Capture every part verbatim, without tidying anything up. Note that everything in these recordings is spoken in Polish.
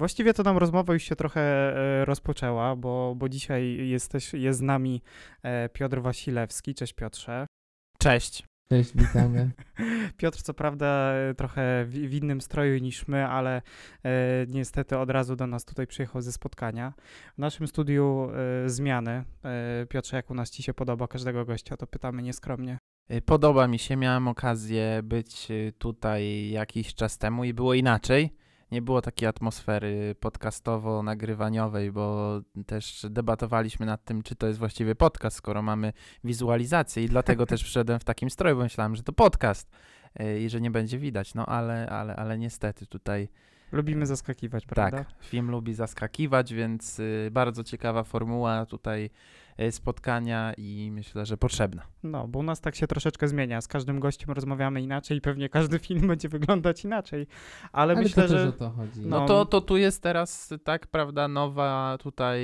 Właściwie to nam rozmowa już się trochę e, rozpoczęła, bo, bo dzisiaj jest, też, jest z nami e, Piotr Wasilewski. Cześć Piotrze. Cześć. Cześć, witamy. Piotr co prawda e, trochę w, w innym stroju niż my, ale e, niestety od razu do nas tutaj przyjechał ze spotkania. W naszym studiu e, zmiany. E, Piotrze, jak u nas ci się podoba każdego gościa, to pytamy nieskromnie. Podoba mi się, miałem okazję być tutaj jakiś czas temu i było inaczej. Nie było takiej atmosfery podcastowo-nagrywaniowej, bo też debatowaliśmy nad tym, czy to jest właściwie podcast, skoro mamy wizualizację i dlatego też przyszedłem w takim stroju, bo myślałem, że to podcast i że nie będzie widać, no ale, ale, ale niestety tutaj... Lubimy zaskakiwać, prawda? Tak, film lubi zaskakiwać, więc y, bardzo ciekawa formuła tutaj y, spotkania i myślę, że potrzebna. No, bo u nas tak się troszeczkę zmienia. Z każdym gościem rozmawiamy inaczej i pewnie każdy film będzie wyglądać inaczej. Ale, Ale myślę, to też że... o to chodzi. No, No. to, to tu jest teraz, tak, prawda, nowa tutaj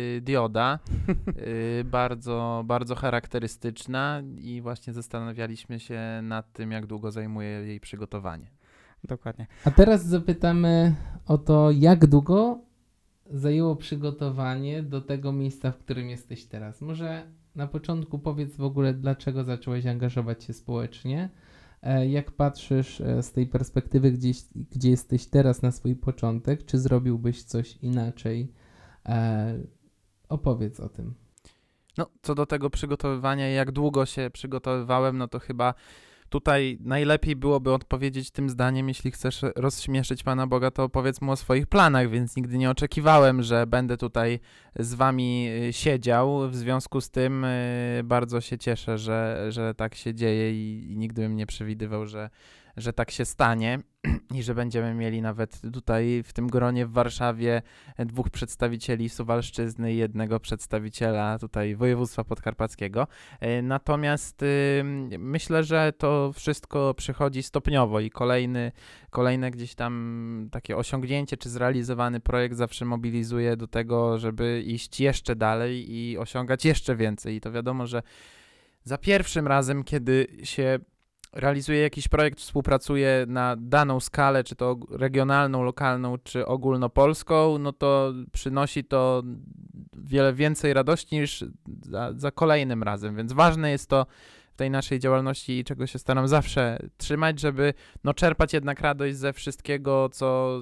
dioda, y, bardzo, bardzo charakterystyczna i właśnie zastanawialiśmy się nad tym, jak długo zajmuje jej przygotowanie. Dokładnie. A teraz zapytamy o to, jak długo zajęło przygotowanie do tego miejsca, w którym jesteś teraz. Może na początku powiedz w ogóle, dlaczego zacząłeś angażować się społecznie. E, Jak patrzysz e, z tej perspektywy, gdzieś, gdzie jesteś teraz na swój początek, czy zrobiłbyś coś inaczej? E, Opowiedz o tym. No, co do tego przygotowywania, jak długo się przygotowywałem, no to chyba tutaj najlepiej byłoby odpowiedzieć tym zdaniem, jeśli chcesz rozśmieszyć Pana Boga, to opowiedz mu o swoich planach, więc nigdy nie oczekiwałem, że będę tutaj z wami siedział. W związku z tym y, bardzo się cieszę, że, że tak się dzieje i, i nigdy bym nie przewidywał, że, że tak się stanie i że będziemy mieli nawet tutaj w tym gronie w Warszawie dwóch przedstawicieli Suwalszczyzny i jednego przedstawiciela tutaj województwa podkarpackiego. Natomiast y, myślę, że to wszystko przychodzi stopniowo i kolejny, kolejne gdzieś tam takie osiągnięcie czy zrealizowany projekt zawsze mobilizuje do tego, żeby iść jeszcze dalej i osiągać jeszcze więcej. I to wiadomo, że za pierwszym razem, kiedy się realizuje jakiś projekt, współpracuje na daną skalę, czy to regionalną, lokalną, czy ogólnopolską, no to przynosi to wiele więcej radości niż za, za kolejnym razem, więc ważne jest to w tej naszej działalności i czego się staram zawsze trzymać, żeby no czerpać jednak radość ze wszystkiego, co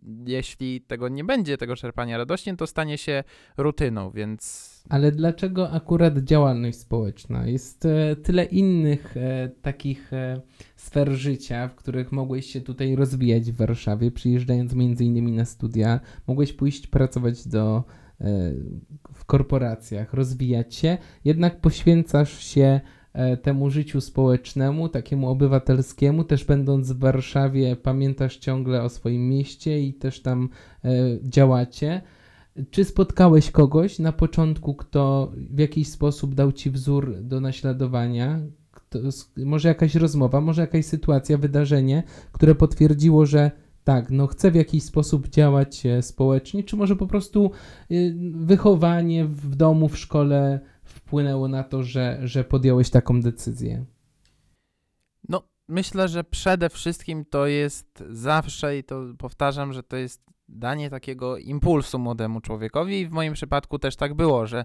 jeśli tego nie będzie, tego czerpania radości, to stanie się rutyną, więc... Ale dlaczego akurat działalność społeczna? Jest e, tyle innych e, takich e, sfer życia, w których mogłeś się tutaj rozwijać w Warszawie, przyjeżdżając między innymi na studia. Mogłeś pójść pracować do, e, w korporacjach, rozwijać się, jednak poświęcasz się e, temu życiu społecznemu, takiemu obywatelskiemu, też będąc w Warszawie pamiętasz ciągle o swoim mieście i też tam e, działacie. Czy spotkałeś kogoś na początku, kto w jakiś sposób dał ci wzór do naśladowania? Kto, może jakaś rozmowa, może jakaś sytuacja, wydarzenie, które potwierdziło, że tak, no chcę w jakiś sposób działać społecznie, czy może po prostu y, wychowanie w domu, w szkole wpłynęło na to, że, że podjąłeś taką decyzję? No, myślę, że przede wszystkim to jest zawsze, i to powtarzam, że to jest danie takiego impulsu młodemu człowiekowi i w moim przypadku też tak było, że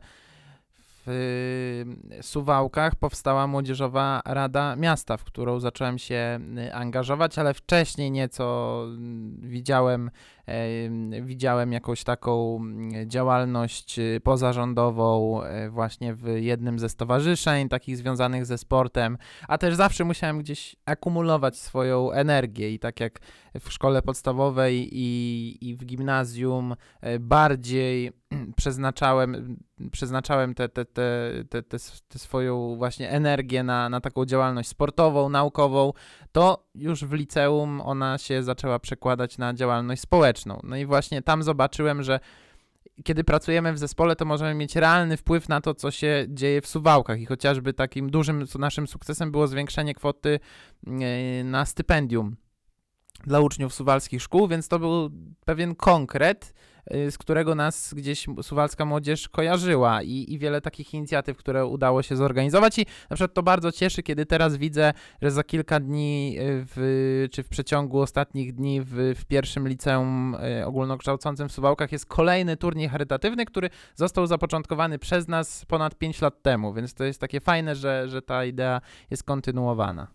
w Suwałkach powstała Młodzieżowa Rada Miasta, w którą zacząłem się angażować, ale wcześniej nieco widziałem, e, widziałem jakąś taką działalność pozarządową właśnie w jednym ze stowarzyszeń takich związanych ze sportem, a też zawsze musiałem gdzieś akumulować swoją energię i tak jak w szkole podstawowej i, i w gimnazjum bardziej przeznaczałem, przeznaczałem tę te, te, te, te, te swoją właśnie energię na, na taką działalność sportową, naukową, to już w liceum ona się zaczęła przekładać na działalność społeczną. No i właśnie tam zobaczyłem, że kiedy pracujemy w zespole, to możemy mieć realny wpływ na to, co się dzieje w Suwałkach i chociażby takim dużym naszym sukcesem było zwiększenie kwoty na stypendium dla uczniów suwalskich szkół, więc to był pewien konkret, z którego nas gdzieś suwalska młodzież kojarzyła i, i wiele takich inicjatyw, które udało się zorganizować i na przykład to bardzo cieszy, kiedy teraz widzę, że za kilka dni w, czy w przeciągu ostatnich dni w, w pierwszym liceum ogólnokształcącym w Suwałkach jest kolejny turniej charytatywny, który został zapoczątkowany przez nas ponad pięć lat temu, więc to jest takie fajne, że, że ta idea jest kontynuowana.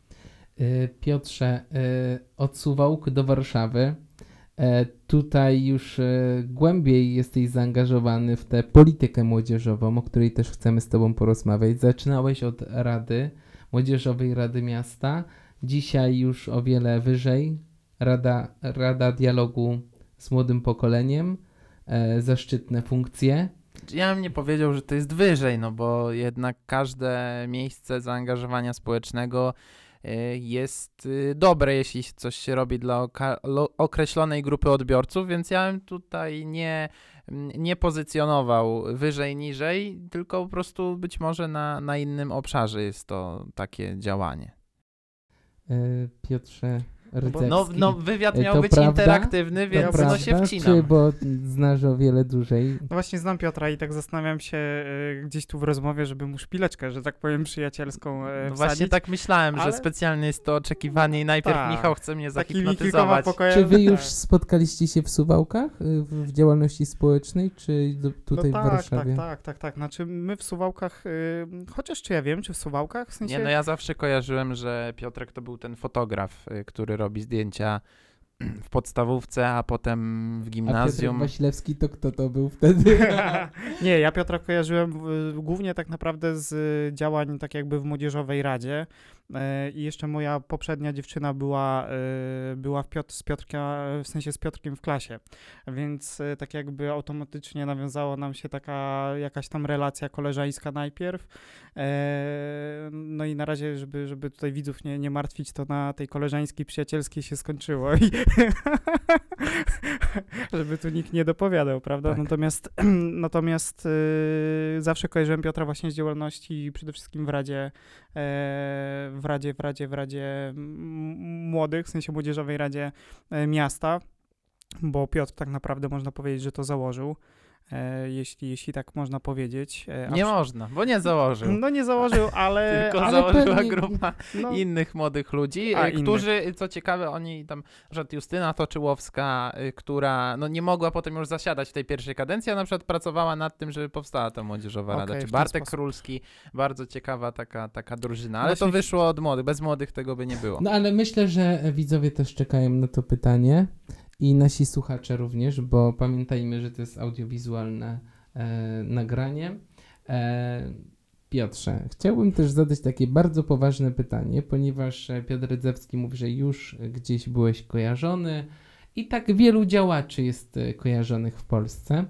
Piotrze, od Suwałk do Warszawy. Tutaj już głębiej jesteś zaangażowany w tę politykę młodzieżową, o której też chcemy z Tobą porozmawiać. Zaczynałeś od Rady, Młodzieżowej Rady Miasta, dzisiaj już o wiele wyżej, Rada, Rada Dialogu z Młodym Pokoleniem, zaszczytne funkcje. Ja bym nie powiedział, że to jest wyżej, no bo jednak każde miejsce zaangażowania społecznego jest dobre, jeśli coś się robi dla określonej grupy odbiorców, więc ja bym tutaj nie, nie pozycjonował wyżej, niżej, tylko po prostu być może na, na innym obszarze jest to takie działanie. Piotrze Rydzewski. No, no wywiad miał to być prawda? interaktywny, więc to no się prawda, wcinam. Czy, bo znasz o wiele dłużej. No właśnie znam Piotra i tak zastanawiam się y, gdzieś tu w rozmowie, żeby mu szpileczkę, że tak powiem, przyjacielską y, No właśnie tak myślałem, ale... że specjalnie jest to oczekiwanie i najpierw Ta, Michał chce mnie taki zahipnotyzować. Czy wy już spotkaliście się w Suwałkach w, w działalności społecznej, czy do, tutaj no w tak, Warszawie? Tak, tak, tak, tak. Znaczy my w Suwałkach, y, chociaż czy ja wiem, czy w Suwałkach, w sensie... Nie, no ja zawsze kojarzyłem, że Piotrek to był ten fotograf, y, który robi zdjęcia w podstawówce, a potem w gimnazjum. A Piotr Wasilewski to kto to był wtedy? Nie, ja Piotra kojarzyłem y, głównie tak naprawdę z y, działań tak jakby w Młodzieżowej Radzie y, i jeszcze moja poprzednia dziewczyna była, y, była w Piotr, z Piotrka, w sensie z Piotrkiem w klasie, więc y, tak jakby automatycznie nawiązało nam się taka jakaś tam relacja koleżeńska najpierw, y, no i na razie, żeby, żeby tutaj widzów nie, nie martwić, to na tej koleżeńskiej, przyjacielskiej się skończyło i żeby tu nikt nie dopowiadał, prawda? Tak. Natomiast, natomiast yy, zawsze kojarzyłem Piotra właśnie z działalności przede wszystkim w Radzie, yy, w Radzie, w Radzie, w Radzie m- Młodych, w sensie Młodzieżowej Radzie yy, Miasta, bo Piotr tak naprawdę można powiedzieć, że to założył. E, jeśli, jeśli tak można powiedzieć. E, nie przy... można, bo nie założył. No nie założył, ale... Tylko ale założyła pewnie... grupa no... innych młodych ludzi, A, którzy, innych. co ciekawe, oni tam, że Justyna Toczyłowska, która no nie mogła potem już zasiadać w tej pierwszej kadencji, a na przykład pracowała nad tym, żeby powstała ta Młodzieżowa Rada, Okay, czy w ten Bartek sposób. Królski, bardzo ciekawa taka, taka drużyna, ale Właśnie to wyszło od młodych, bez młodych tego by nie było. No ale myślę, że widzowie też czekają na to pytanie i nasi słuchacze również, bo pamiętajmy, że to jest audiowizualne e, nagranie. E, Piotrze, chciałbym też zadać takie bardzo poważne pytanie, ponieważ Piotr Rydzewski mówi, że już gdzieś byłeś kojarzony i tak wielu działaczy jest kojarzonych w Polsce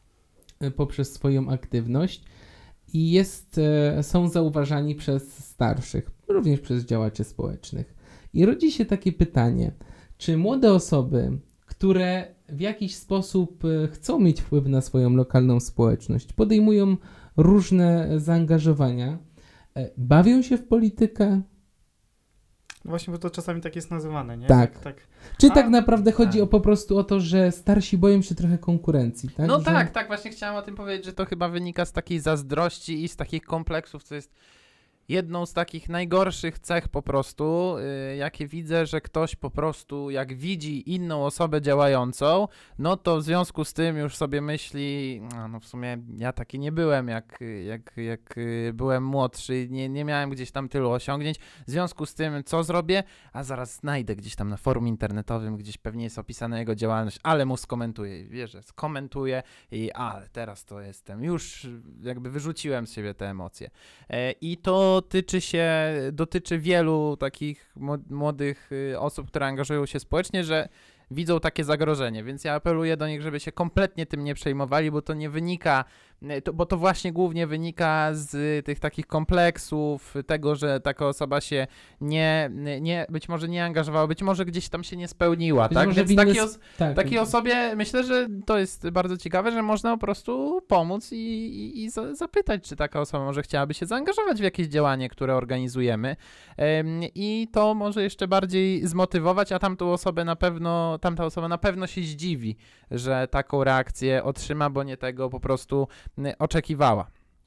e, poprzez swoją aktywność i jest, e, są zauważani przez starszych, również przez działaczy społecznych. I rodzi się takie pytanie, czy młode osoby, które w jakiś sposób chcą mieć wpływ na swoją lokalną społeczność, podejmują różne zaangażowania, bawią się w politykę? Właśnie, bo to czasami tak jest nazywane, nie? Tak. tak. Czy A, tak naprawdę chodzi tak. o po prostu o to, że starsi boją się trochę konkurencji, tak? No że... tak, tak, właśnie chciałem o tym powiedzieć, że to chyba wynika z takiej zazdrości i z takich kompleksów, co jest jedną z takich najgorszych cech po prostu, yy, jakie widzę, że ktoś po prostu jak widzi inną osobę działającą, no to w związku z tym już sobie myśli, no, no w sumie ja taki nie byłem, jak, jak, jak yy, byłem młodszy, nie, nie miałem gdzieś tam tylu osiągnięć, w związku z tym co zrobię? A zaraz znajdę gdzieś tam na forum internetowym, gdzieś pewnie jest opisana jego działalność, ale mu skomentuję, wierzę, skomentuję i a, teraz to jestem, już jakby wyrzuciłem z siebie te emocje. Yy, I to Dotyczy się, dotyczy wielu takich młodych osób, które angażują się społecznie, że widzą takie zagrożenie, więc ja apeluję do nich, żeby się kompletnie tym nie przejmowali, bo to nie wynika, to, bo to właśnie głównie wynika z tych takich kompleksów, tego, że taka osoba się nie, nie być może nie angażowała, być może gdzieś tam się nie spełniła, Być tak? może Więc takiej, os- tak. takiej osobie myślę, że to jest bardzo ciekawe, że można po prostu pomóc i, i, i za, zapytać, czy taka osoba może chciałaby się zaangażować w jakieś działanie, które organizujemy ym, i to może jeszcze bardziej zmotywować, a tamtą osobę na pewno tamta osoba na pewno się zdziwi, że taką reakcję otrzyma, bo nie tego po prostu oczekiwała.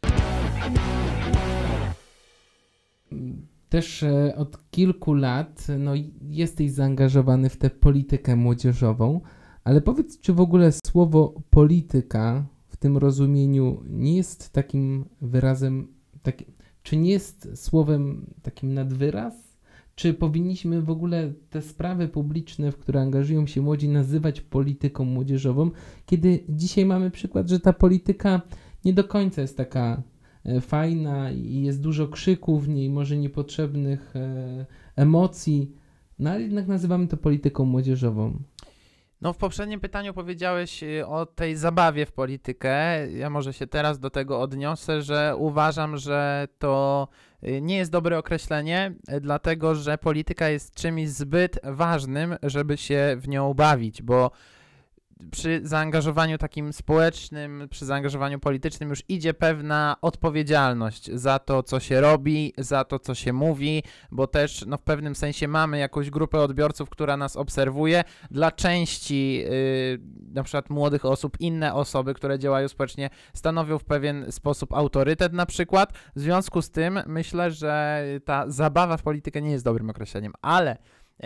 Też e, od kilku lat no, jesteś zaangażowany w tę politykę młodzieżową, ale powiedz, czy w ogóle słowo polityka w tym rozumieniu nie jest takim wyrazem, taki, czy nie jest słowem takim nad wyraz? Czy powinniśmy w ogóle te sprawy publiczne, w które angażują się młodzi, nazywać polityką młodzieżową, kiedy dzisiaj mamy przykład, że ta polityka nie do końca jest taka fajna i jest dużo krzyku w niej, może niepotrzebnych e, emocji, no ale jednak nazywamy to polityką młodzieżową. No w poprzednim pytaniu powiedziałeś o tej zabawie w politykę. Ja może się teraz do tego odniosę, że uważam, że to nie jest dobre określenie, dlatego że polityka jest czymś zbyt ważnym, żeby się w nią bawić, bo przy zaangażowaniu takim społecznym, przy zaangażowaniu politycznym już idzie pewna odpowiedzialność za to, co się robi, za to, co się mówi, bo też no, w pewnym sensie mamy jakąś grupę odbiorców, która nas obserwuje. Dla części yy, na przykład młodych osób, inne osoby, które działają społecznie, stanowią w pewien sposób autorytet na przykład. W związku z tym myślę, że ta zabawa w politykę nie jest dobrym określeniem, ale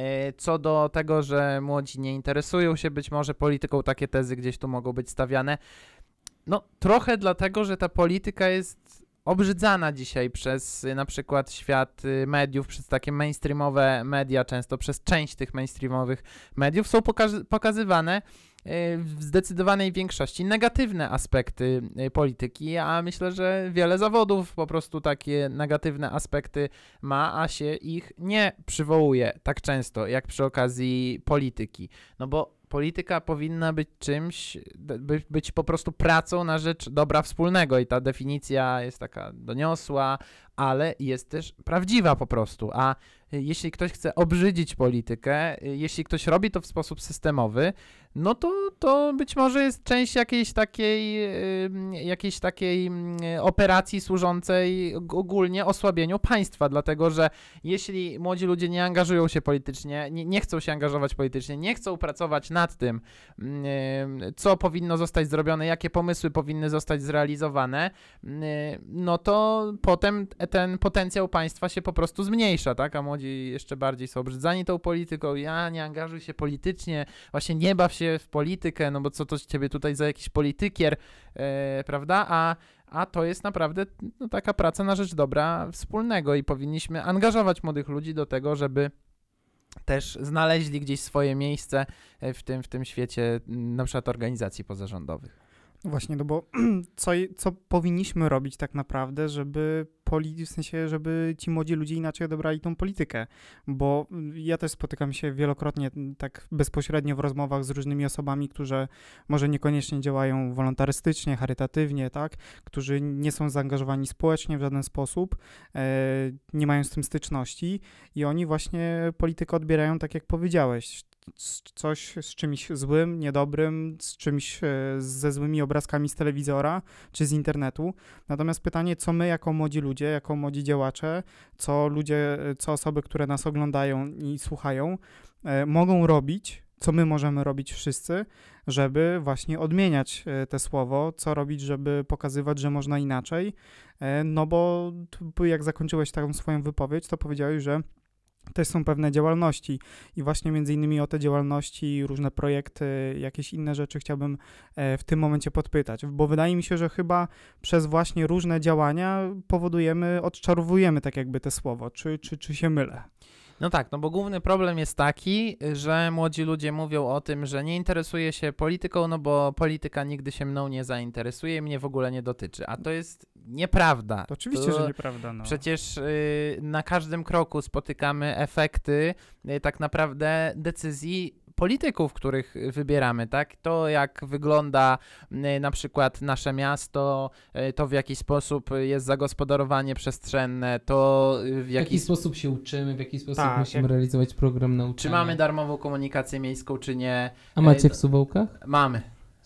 co do tego, że młodzi nie interesują się być może polityką, takie tezy gdzieś tu mogą być stawiane. No trochę dlatego, że ta polityka jest obrzydzana dzisiaj przez na przykład świat mediów, przez takie mainstreamowe media, często przez część tych mainstreamowych mediów są pokaz- pokazywane w zdecydowanej większości negatywne aspekty polityki, a myślę, że wiele zawodów po prostu takie negatywne aspekty ma, a się ich nie przywołuje tak często, jak przy okazji polityki. No bo polityka powinna być czymś, by, być po prostu pracą na rzecz dobra wspólnego i ta definicja jest taka doniosła, ale jest też prawdziwa po prostu, a jeśli ktoś chce obrzydzić politykę, jeśli ktoś robi to w sposób systemowy, no to, to być może jest część jakiejś takiej, jakiejś takiej operacji służącej ogólnie osłabieniu państwa, dlatego że jeśli młodzi ludzie nie angażują się politycznie, nie, nie chcą się angażować politycznie, nie chcą pracować nad tym, co powinno zostać zrobione, jakie pomysły powinny zostać zrealizowane, no to potem ten potencjał państwa się po prostu zmniejsza, tak? A młodzi jeszcze bardziej są obrzydzani tą polityką, ja nie angażuj się politycznie, właśnie nie baw się w politykę, no bo co to z ciebie tutaj za jakiś politykier, e, prawda? A, a to jest naprawdę no, taka praca na rzecz dobra wspólnego i powinniśmy angażować młodych ludzi do tego, żeby też znaleźli gdzieś swoje miejsce w tym, w tym świecie na przykład organizacji pozarządowych. Właśnie, no bo co, co powinniśmy robić tak naprawdę, żeby poli- w sensie, żeby ci młodzi ludzie inaczej odebrali tą politykę, bo ja też spotykam się wielokrotnie tak bezpośrednio w rozmowach z różnymi osobami, którzy może niekoniecznie działają wolontarystycznie, charytatywnie, tak, którzy nie są zaangażowani społecznie w żaden sposób, e, nie mają z tym styczności i oni właśnie politykę odbierają tak, jak powiedziałeś, coś z czymś złym, niedobrym, z czymś ze złymi obrazkami z telewizora czy z internetu. Natomiast pytanie, co my jako młodzi ludzie, jako młodzi działacze, co ludzie, co osoby, które nas oglądają i słuchają, mogą robić, co my możemy robić wszyscy, żeby właśnie odmieniać te słowo, co robić, żeby pokazywać, że można inaczej. No bo jak zakończyłeś taką swoją wypowiedź, to powiedziałeś, że też są pewne działalności i właśnie między innymi o te działalności, różne projekty, jakieś inne rzeczy chciałbym w tym momencie podpytać, bo wydaje mi się, że chyba przez właśnie różne działania powodujemy, odczarowujemy tak jakby te słowo, czy, czy, czy się mylę? No tak, no bo główny problem jest taki, że młodzi ludzie mówią o tym, że nie interesuje się polityką, no bo polityka nigdy się mną nie zainteresuje i mnie w ogóle nie dotyczy, a to jest nieprawda. To oczywiście, to że nieprawda. No. Przecież y, na każdym kroku spotykamy efekty y, tak naprawdę decyzji polityków, których wybieramy, tak? To jak wygląda y, na przykład nasze miasto, y, to w jaki sposób jest zagospodarowanie przestrzenne, to y, w jaki... W jaki sposób się uczymy, w jaki sposób tak, musimy jak... realizować program nauczania. Czy mamy darmową komunikację miejską, czy nie. A macie w Suwałkach? Mamy.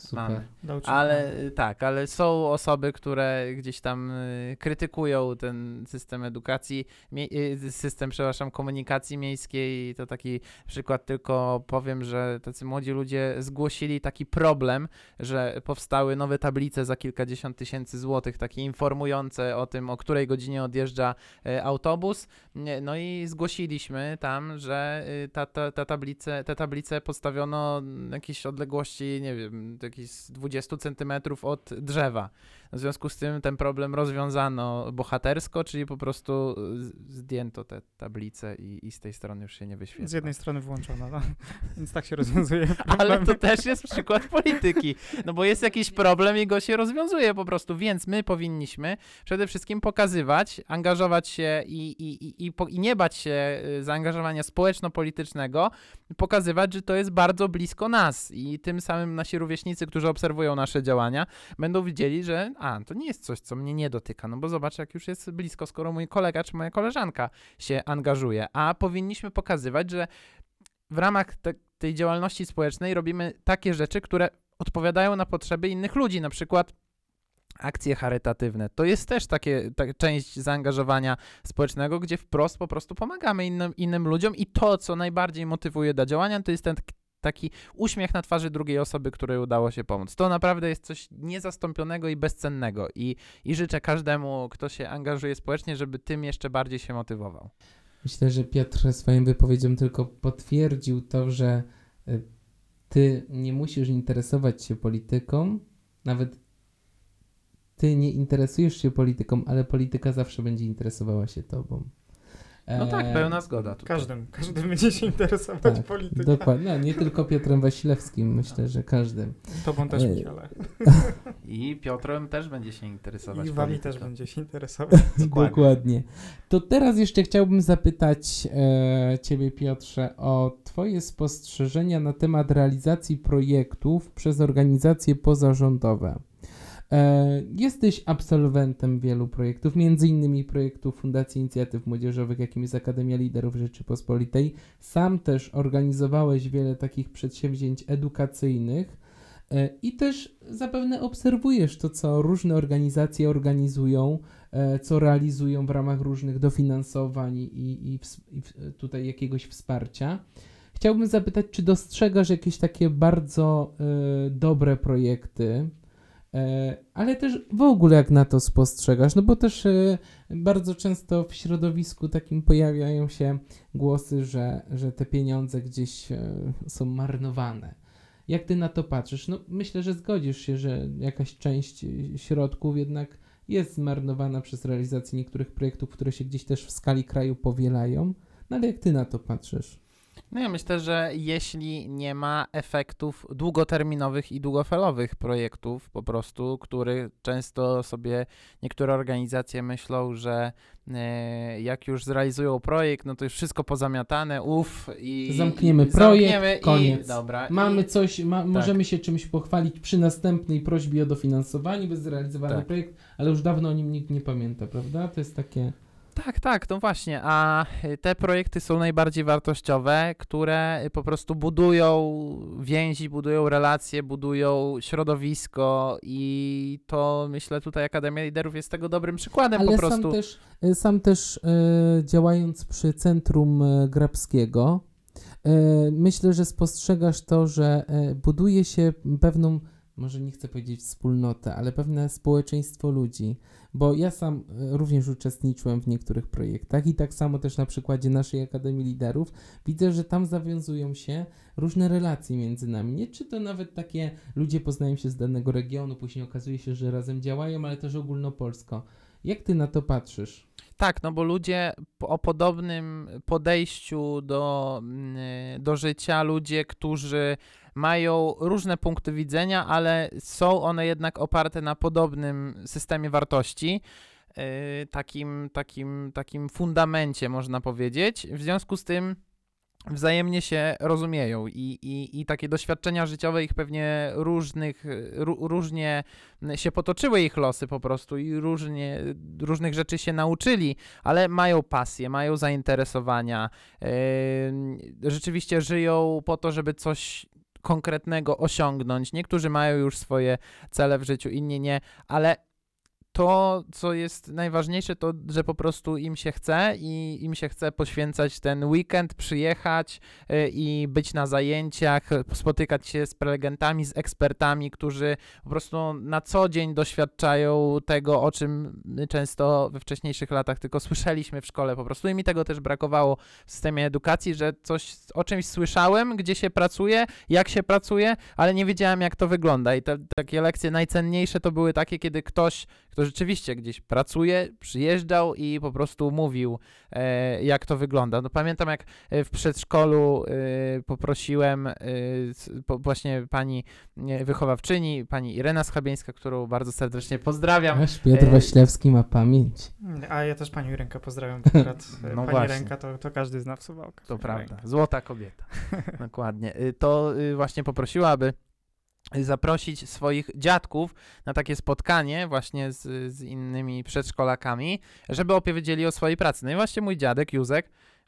Super. Mamy. Dał ci- Ale y, tak, ale są osoby, które gdzieś tam y, krytykują ten system edukacji, mie- y, system, przepraszam, komunikacji miejskiej. To taki przykład tylko powiem, że tacy młodzi ludzie zgłosili taki problem, że powstały nowe tablice za kilkadziesiąt tysięcy złotych, takie informujące o tym, o której godzinie odjeżdża y, autobus. Nie, No i zgłosiliśmy tam, że y, ta, ta, ta tablice, te tablice postawiono na jakiejś odległości, nie wiem, jakieś dwadzieścia centymetrów od drzewa. W związku z tym ten problem rozwiązano bohatersko, czyli po prostu z- zdjęto te tablice i, i z tej strony już się nie wyświetla. Z jednej strony włączono, no. Więc tak się rozwiązuje Ale problemy. to też jest przykład polityki, no bo jest jakiś problem i go się rozwiązuje po prostu, więc my powinniśmy przede wszystkim pokazywać, angażować się i, i, i, i, po, i nie bać się y, zaangażowania społeczno-politycznego, pokazywać, że to jest bardzo blisko nas i tym samym nasi rówieśnicy, którzy obserwują nasze działania, będą widzieli, że a, to nie jest coś, co mnie nie dotyka, no bo zobacz, jak już jest blisko, skoro mój kolega czy moja koleżanka się angażuje, a powinniśmy pokazywać, że w ramach te, tej działalności społecznej robimy takie rzeczy, które odpowiadają na potrzeby innych ludzi, na przykład akcje charytatywne. To jest też takie, ta część zaangażowania społecznego, gdzie wprost po prostu pomagamy innym, innym ludziom i to, co najbardziej motywuje do działania, to jest ten taki uśmiech na twarzy drugiej osoby, której udało się pomóc. To naprawdę jest coś niezastąpionego i bezcennego i, i życzę każdemu, kto się angażuje społecznie, żeby tym jeszcze bardziej się motywował. Myślę, że Piotr swoją wypowiedzią tylko potwierdził to, że y, ty nie musisz interesować się polityką, nawet ty nie interesujesz się polityką, ale polityka zawsze będzie interesowała się tobą. No tak, E, pełna zgoda tutaj. Każdym, każdym będzie się interesować Tak, polityką. dokładnie. No, nie tylko Piotrem Wasilewskim, myślę, że każdym. Tobą też, E, Michale. I Piotrem też będzie się interesować I wami polityką. też będzie się interesować. Dokładnie. Dokładnie. To teraz jeszcze chciałbym zapytać e, Ciebie, Piotrze, o Twoje spostrzeżenia na temat realizacji projektów przez organizacje pozarządowe. E, jesteś absolwentem wielu projektów, między innymi projektów Fundacji Inicjatyw Młodzieżowych, jakim jest Akademia Liderów Rzeczypospolitej. Sam też organizowałeś wiele takich przedsięwzięć edukacyjnych e, i też zapewne obserwujesz to, co różne organizacje organizują, e, co realizują w ramach różnych dofinansowań i, i, ws- i w- tutaj jakiegoś wsparcia. Chciałbym zapytać, czy dostrzegasz jakieś takie bardzo e, dobre projekty, E, ale też w ogóle jak na to spostrzegasz, no bo też e, bardzo często w środowisku takim pojawiają się głosy, że, że te pieniądze gdzieś e, są marnowane. Jak ty na to patrzysz? No myślę, że zgodzisz się, że jakaś część e, środków jednak jest zmarnowana przez realizację niektórych projektów, które się gdzieś też w skali kraju powielają, no ale jak ty na to patrzysz? No ja myślę, że jeśli nie ma efektów długoterminowych i długofalowych projektów po prostu, których często sobie niektóre organizacje myślą, że e, jak już zrealizują projekt, no to już wszystko pozamiatane, uff i Zamkniemy i projekt, zamkniemy koniec. I, dobra, Mamy i, coś, ma, możemy się czymś pochwalić przy następnej prośbie o dofinansowanie, bez zrealizowany Tak. projekt, ale już dawno o nim nikt nie pamięta, prawda? To jest takie... Tak, tak, no właśnie, a te projekty są najbardziej wartościowe, które po prostu budują więzi, budują relacje, budują środowisko i to myślę tutaj Akademia Liderów jest tego dobrym przykładem Ale po prostu. sam też, e, sam też e, działając przy Centrum e, Grabskiego, e, myślę, że spostrzegasz to, że e, buduje się pewną, może nie chcę powiedzieć wspólnotę, ale pewne społeczeństwo ludzi, bo ja sam e, również uczestniczyłem w niektórych projektach i tak samo też na przykładzie naszej Akademii Liderów widzę, że tam zawiązują się różne relacje między nami. Nie czy to nawet takie ludzie poznają się z danego regionu, później okazuje się, że razem działają, ale też ogólnopolsko. Jak ty na to patrzysz? Tak, no bo ludzie po- o podobnym podejściu do, mm, do życia, ludzie, którzy mają różne punkty widzenia, ale są one jednak oparte na podobnym systemie wartości, yy, takim, takim, takim fundamencie można powiedzieć. W związku z tym wzajemnie się rozumieją i, i, i takie doświadczenia życiowe ich pewnie różnych, ró, różnie się potoczyły ich losy po prostu i różnie, różnych rzeczy się nauczyli, ale mają pasję, mają zainteresowania, yy, rzeczywiście żyją po to, żeby coś konkretnego osiągnąć. Niektórzy mają już swoje cele w życiu, inni nie, ale to, co jest najważniejsze, to, że po prostu im się chce i im się chce poświęcać ten weekend, przyjechać y, i być na zajęciach, spotykać się z prelegentami, z ekspertami, którzy po prostu na co dzień doświadczają tego, o czym my często we wcześniejszych latach tylko słyszeliśmy w szkole po prostu i mi tego też brakowało w systemie edukacji, że coś o czymś słyszałem, gdzie się pracuje, jak się pracuje, ale nie wiedziałem, jak to wygląda i te takie lekcje najcenniejsze to były takie, kiedy ktoś, kto rzeczywiście gdzieś pracuje, przyjeżdżał i po prostu mówił, e, jak to wygląda. No, pamiętam, jak w przedszkolu e, poprosiłem e, po, właśnie pani wychowawczyni, pani Irena Schabieńska, którą bardzo serdecznie pozdrawiam. Aż Piotr Waślewski ma pamięć. A ja też panią Rękę pozdrawiam, bo akurat No pani właśnie. Ręka to, to każdy zna w Suwałkach. To prawda. Rękę. Złota kobieta. Dokładnie. Y, To y, właśnie poprosiła, aby zaprosić swoich dziadków na takie spotkanie właśnie z, z innymi przedszkolakami, żeby opowiedzieli o swojej pracy. No i właśnie mój dziadek Józek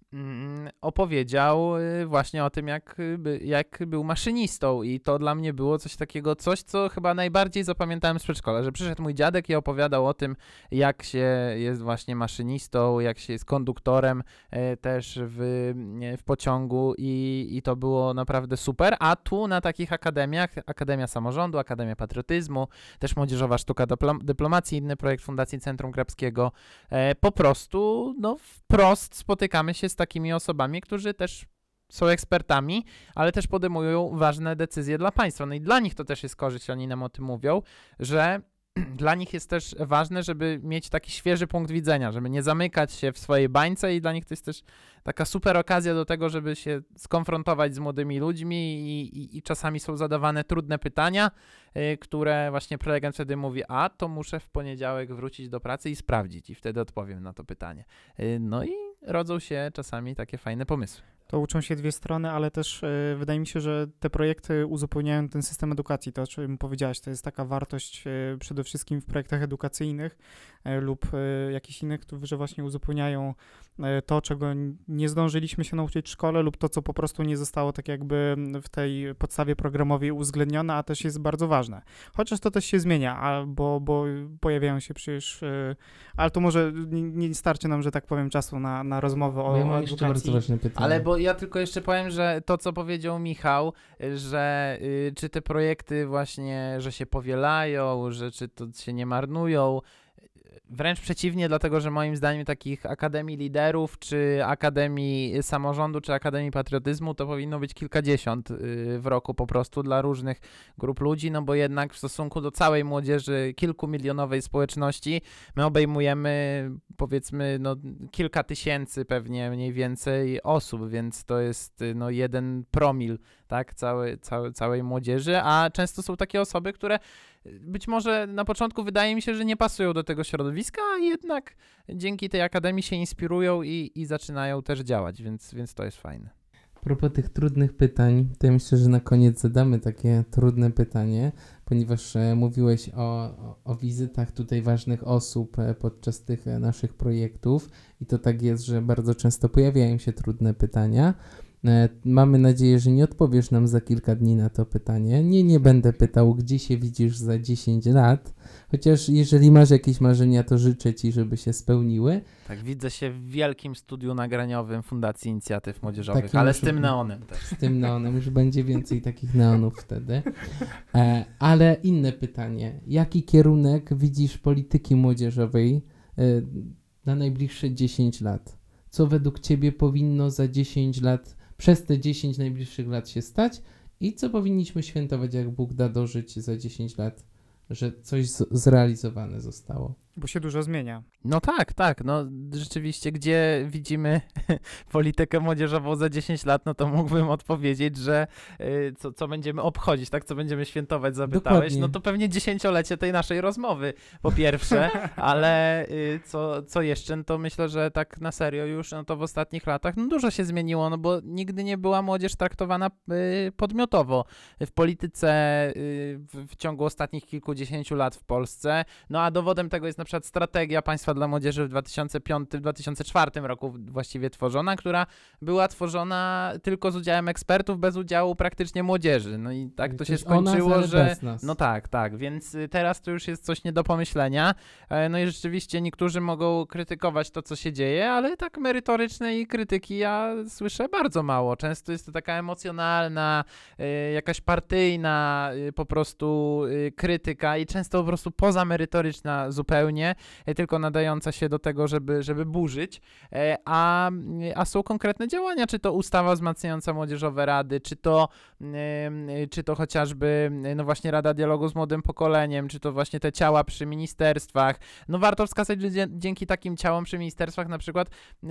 mm, opowiedział y, właśnie o tym, jak, y, by, jak był maszynistą i to dla mnie było coś takiego, coś, co chyba najbardziej zapamiętałem z przedszkola, że przyszedł mój dziadek i opowiadał o tym, jak się jest właśnie maszynistą, jak się jest konduktorem e, też w, w pociągu i, i to było naprawdę super, a tu na takich akademiach, Akademia Samorządu, Akademia Patriotyzmu, też Młodzieżowa Sztuka Dyplom- Dyplomacji, inny projekt Fundacji Centrum Grabskiego, e, po prostu no wprost spotykamy się z takimi osobami, którzy też są ekspertami, ale też podejmują ważne decyzje dla państwa. No i dla nich to też jest korzyść, oni nam o tym mówią, że dla nich jest też ważne, żeby mieć taki świeży punkt widzenia, żeby nie zamykać się w swojej bańce i dla nich to jest też taka super okazja do tego, żeby się skonfrontować z młodymi ludźmi i, i, i czasami są zadawane trudne pytania, y, które właśnie prelegent wtedy mówi, a to muszę w poniedziałek wrócić do pracy i sprawdzić i wtedy odpowiem na to pytanie. Y, no i rodzą się czasami takie fajne pomysły. To uczą się dwie strony, ale też y, wydaje mi się, że te projekty uzupełniają ten system edukacji. To, o czym powiedziałaś, to jest taka wartość y, przede wszystkim w projektach edukacyjnych y, lub y, jakichś innych, które właśnie uzupełniają y, to, czego nie zdążyliśmy się nauczyć w szkole lub to, co po prostu nie zostało tak jakby w tej podstawie programowej uwzględnione, a też jest bardzo ważne. Chociaż to też się zmienia, a, bo, bo pojawiają się przecież, y, ale to może nie, nie starczy nam, że tak powiem, czasu na, na rozmowę o, Bo ja o mam jeszcze bardzo edukacji. ważne pytanie. Ale bo ja tylko jeszcze powiem, że to, co powiedział Michał, y, że y, czy te projekty właśnie, że się powielają, że czy to się nie marnują, wręcz przeciwnie, dlatego że moim zdaniem takich akademii liderów, czy akademii samorządu, czy akademii patriotyzmu to powinno być kilkadziesiąt y, w roku po prostu dla różnych grup ludzi, no bo jednak w stosunku do całej młodzieży kilkumilionowej społeczności my obejmujemy powiedzmy no kilka tysięcy pewnie mniej więcej osób, więc to jest y, no jeden promil, tak, całej, całej, całej młodzieży, a często są takie osoby, które być może na początku wydaje mi się, że nie pasują do tego środowiska, a jednak dzięki tej akademii się inspirują i, i zaczynają też działać, więc, więc to jest fajne. A propos tych trudnych pytań, to ja myślę, że na koniec zadamy takie trudne pytanie, ponieważ e, mówiłeś o, o, o wizytach tutaj ważnych osób e, podczas tych e, naszych projektów i to tak jest, że bardzo często pojawiają się trudne pytania. E, mamy nadzieję, że nie odpowiesz nam za kilka dni na to pytanie. Nie, nie będę pytał, gdzie się widzisz za dziesięć lat, chociaż jeżeli masz jakieś marzenia, to życzę Ci, żeby się spełniły. Tak, widzę się w wielkim studiu nagraniowym Fundacji Inicjatyw Młodzieżowych, Takim ale z naszym- tym neonem też. Z tym neonem, już będzie więcej takich neonów wtedy. E, ale inne pytanie. Jaki kierunek widzisz polityki młodzieżowej e, na najbliższe dziesięć lat? Co według Ciebie powinno za dziesięć lat, przez te dziesięć najbliższych lat się stać i co powinniśmy świętować, jak Bóg da dożyć za dziesięć lat, że coś z- zrealizowane zostało? Bo się dużo zmienia. No tak, tak, no rzeczywiście, gdzie widzimy politykę młodzieżową za dziesięć lat, no to mógłbym odpowiedzieć, że y, co, co będziemy obchodzić, tak, co będziemy świętować, zapytałeś, Dokładnie. no to pewnie dziesięciolecie tej naszej rozmowy, po pierwsze, ale y, co, co jeszcze, no to myślę, że tak na serio już, no to w ostatnich latach, no dużo się zmieniło, no bo nigdy nie była młodzież traktowana y, podmiotowo w polityce y, w, w ciągu ostatnich kilkudziesięciu lat w Polsce, no a dowodem tego jest na przykład strategia państwa dla młodzieży w dwa tysiące piątym dwa tysiące czwartym roku właściwie tworzona, która była tworzona tylko z udziałem ekspertów, bez udziału praktycznie młodzieży. No i tak to się skończyło, nas, ale że... bez nas. No tak, tak, więc teraz to już jest coś nie do pomyślenia. No i rzeczywiście niektórzy mogą krytykować to, co się dzieje, ale tak merytorycznej krytyki ja słyszę bardzo mało. Często jest to taka emocjonalna, jakaś partyjna po prostu krytyka i często po prostu pozamerytoryczna zupełnie, tylko nadająca się do tego, żeby, żeby burzyć, a, a są konkretne działania, czy to ustawa wzmacniająca młodzieżowe rady, czy to, czy to chociażby no właśnie Rada Dialogu z Młodym Pokoleniem, czy to właśnie te ciała przy ministerstwach. No warto wskazać, że dzięki takim ciałom przy ministerstwach na przykład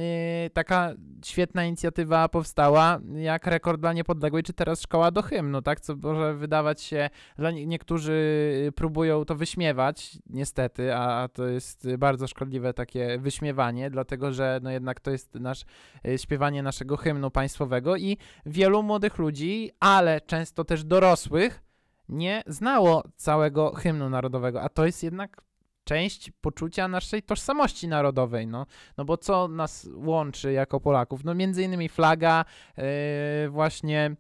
taka świetna inicjatywa powstała, jak Rekord dla Niepodległej, czy teraz Szkoła do hymnu, tak, co może wydawać się, dla nie, niektórzy próbują to wyśmiewać, niestety, a, a to jest bardzo szkodliwe takie wyśmiewanie, dlatego, że no jednak to jest nasz, śpiewanie naszego hymnu państwowego i wielu młodych ludzi, ale często też dorosłych, nie znało całego hymnu narodowego, a to jest jednak część poczucia naszej tożsamości narodowej, no, no bo co nas łączy jako Polaków? No między innymi flaga, yy, właśnie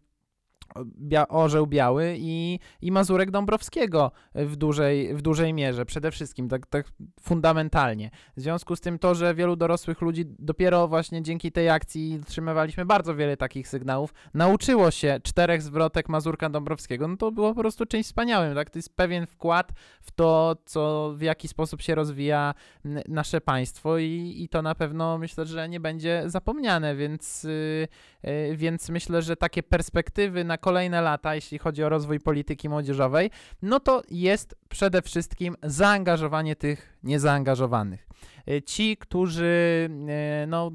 Bia- orzeł biały i, i Mazurek Dąbrowskiego w dużej, w dużej mierze, przede wszystkim, tak, tak fundamentalnie. W związku z tym to, że wielu dorosłych ludzi dopiero właśnie dzięki tej akcji otrzymywaliśmy bardzo wiele takich sygnałów, nauczyło się czterech zwrotek Mazurka Dąbrowskiego, no to było po prostu czymś wspaniałym, tak? To jest pewien wkład w to, co, w jaki sposób się rozwija n- nasze państwo i, i to na pewno myślę, że nie będzie zapomniane, więc, yy, yy, więc myślę, że takie perspektywy na kolejne lata, jeśli chodzi o rozwój polityki młodzieżowej, no to jest przede wszystkim zaangażowanie tych niezaangażowanych. Ci, którzy no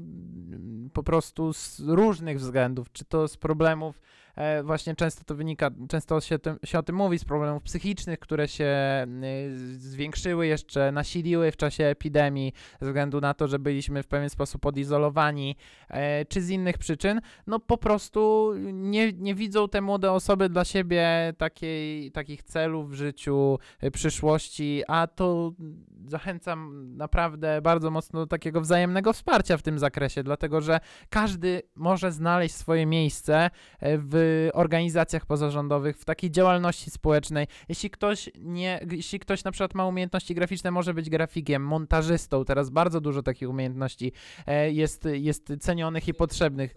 po prostu z różnych względów, czy to z problemów, właśnie często to wynika, często się, tym, się o tym mówi, z problemów psychicznych, które się zwiększyły, jeszcze nasiliły w czasie epidemii, ze względu na to, że byliśmy w pewien sposób odizolowani, czy z innych przyczyn, no po prostu nie, nie widzą te młode osoby dla siebie takiej, takich celów w życiu, przyszłości, a to zachęcam naprawdę bardzo mocno do takiego wzajemnego wsparcia w tym zakresie, dlatego że każdy może znaleźć swoje miejsce w organizacjach pozarządowych, w takiej działalności społecznej. Jeśli ktoś nie, jeśli ktoś na przykład ma umiejętności graficzne, może być grafikiem, montażystą, teraz bardzo dużo takich umiejętności jest, jest cenionych i potrzebnych.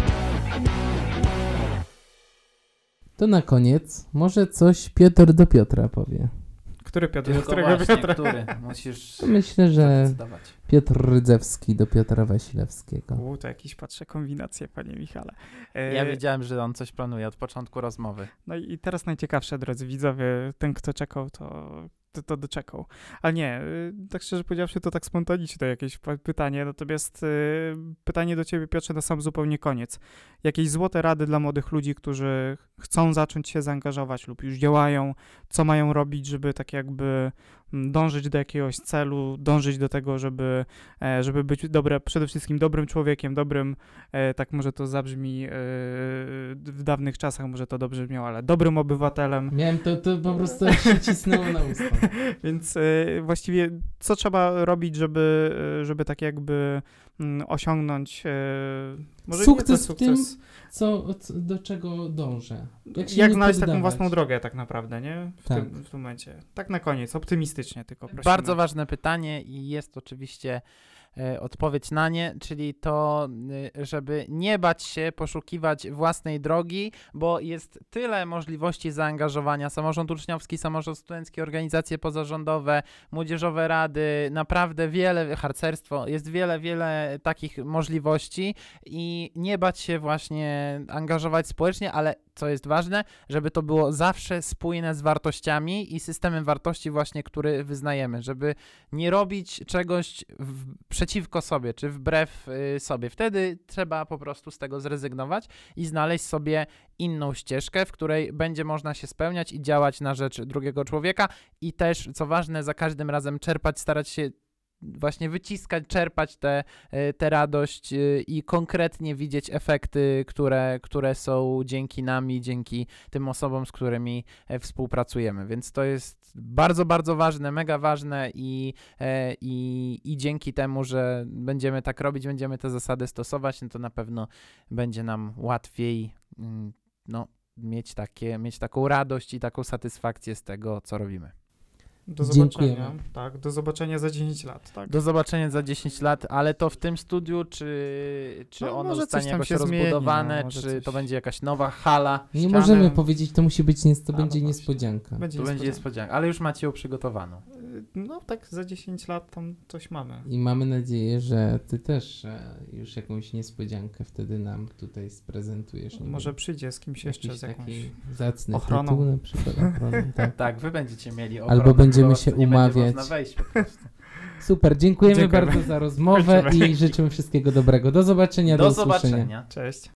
To na koniec może coś Piotr do Piotra powie. Który Piotr? Tylko Którego właśnie, Piotra? który? Musisz Myślę, że zdecydować. Piotr Rydzewski do Piotra Wasilewskiego. U, to jakieś, patrzę, kombinacje, panie Michale. E, Ja wiedziałem, że on coś planuje od początku rozmowy. No i teraz najciekawsze, drodzy widzowie, ten, kto czekał, to, to, to doczekał. Ale nie, y, tak szczerze powiedziawszy, to tak spontanicznie to jakieś p- pytanie, natomiast y, pytanie do ciebie, Piotrze, na sam zupełnie koniec. Jakieś złote rady dla młodych ludzi, którzy chcą zacząć się zaangażować lub już działają, co mają robić, żeby tak jakby dążyć do jakiegoś celu, dążyć do tego, żeby, e, żeby być dobre, przede wszystkim dobrym człowiekiem, dobrym, e, tak może to zabrzmi e, w dawnych czasach, może to dobrze brzmiało, ale dobrym obywatelem. Miałem to, to po prostu się cisnęło na usta. Więc e, właściwie co trzeba robić, żeby, e, żeby tak jakby m, osiągnąć e, może Sukces nie w to sukces, Co, co, do czego dążę? jak, się nie znaleźć taką poddawać? własną drogę tak naprawdę, nie? W, Tak. tym, w tym momencie. Tak na koniec, optymistycznie tylko prosimy. Bardzo ważne pytanie i jest oczywiście e, odpowiedź na nie, czyli to, e, żeby nie bać się poszukiwać własnej drogi, bo jest tyle możliwości zaangażowania, samorząd uczniowski, samorząd studencki, organizacje pozarządowe, młodzieżowe rady, naprawdę wiele, harcerstwo, jest wiele, wiele takich możliwości i nie bać się właśnie angażować społecznie, ale co jest ważne, żeby to było zawsze spójne z wartościami i systemem wartości właśnie, który wyznajemy, żeby nie robić czegoś w, przeciwko sobie, czy wbrew y, sobie. Wtedy trzeba po prostu z tego zrezygnować i znaleźć sobie inną ścieżkę, w której będzie można się spełniać i działać na rzecz drugiego człowieka i też, co ważne, za każdym razem czerpać, starać się właśnie wyciskać, czerpać tę te, te radość y, i konkretnie widzieć efekty, które, które są dzięki nami, dzięki tym osobom, z którymi e, współpracujemy. Więc to jest bardzo, bardzo ważne, mega ważne i, e, i, i dzięki temu, że będziemy tak robić, będziemy te zasady stosować, no to na pewno będzie nam łatwiej mm, no, mieć, takie, mieć taką radość i taką satysfakcję z tego, co robimy. Do zobaczenia. Dziękujemy. Tak, do zobaczenia za dziesięć lat, tak? Do zobaczenia za dziesięć lat, ale to w tym studiu, czy, czy No, ono może coś zostanie tam jakoś się zmieni, rozbudowane, no, może czy coś- to będzie jakaś nowa hala? Nie ściany. możemy powiedzieć, to musi być, nie, to A, no będzie właśnie. niespodzianka. Będzie To będzie niespodzianka. niespodzianka, ale już macie ją przygotowaną. Y, No tak, za dziesięć lat tam coś mamy. I mamy nadzieję, że ty też e, już jakąś niespodziankę wtedy nam tutaj sprezentujesz. Nie Może wiem, przyjdzie z kimś jeszcze, jakiś z jakąś... taki zacny ochroną. tytuł na przykład. Ochroną, tak. Tak, wy będziecie mieli Albo ochronę, będziemy po się prostu nie będzie umawiać. można wejść po prostu. Super, dziękujemy Dziękujemy. bardzo za rozmowę Kończymy. i życzymy wszystkiego dobrego. Do zobaczenia, do, Do usłyszenia. zobaczenia. Cześć.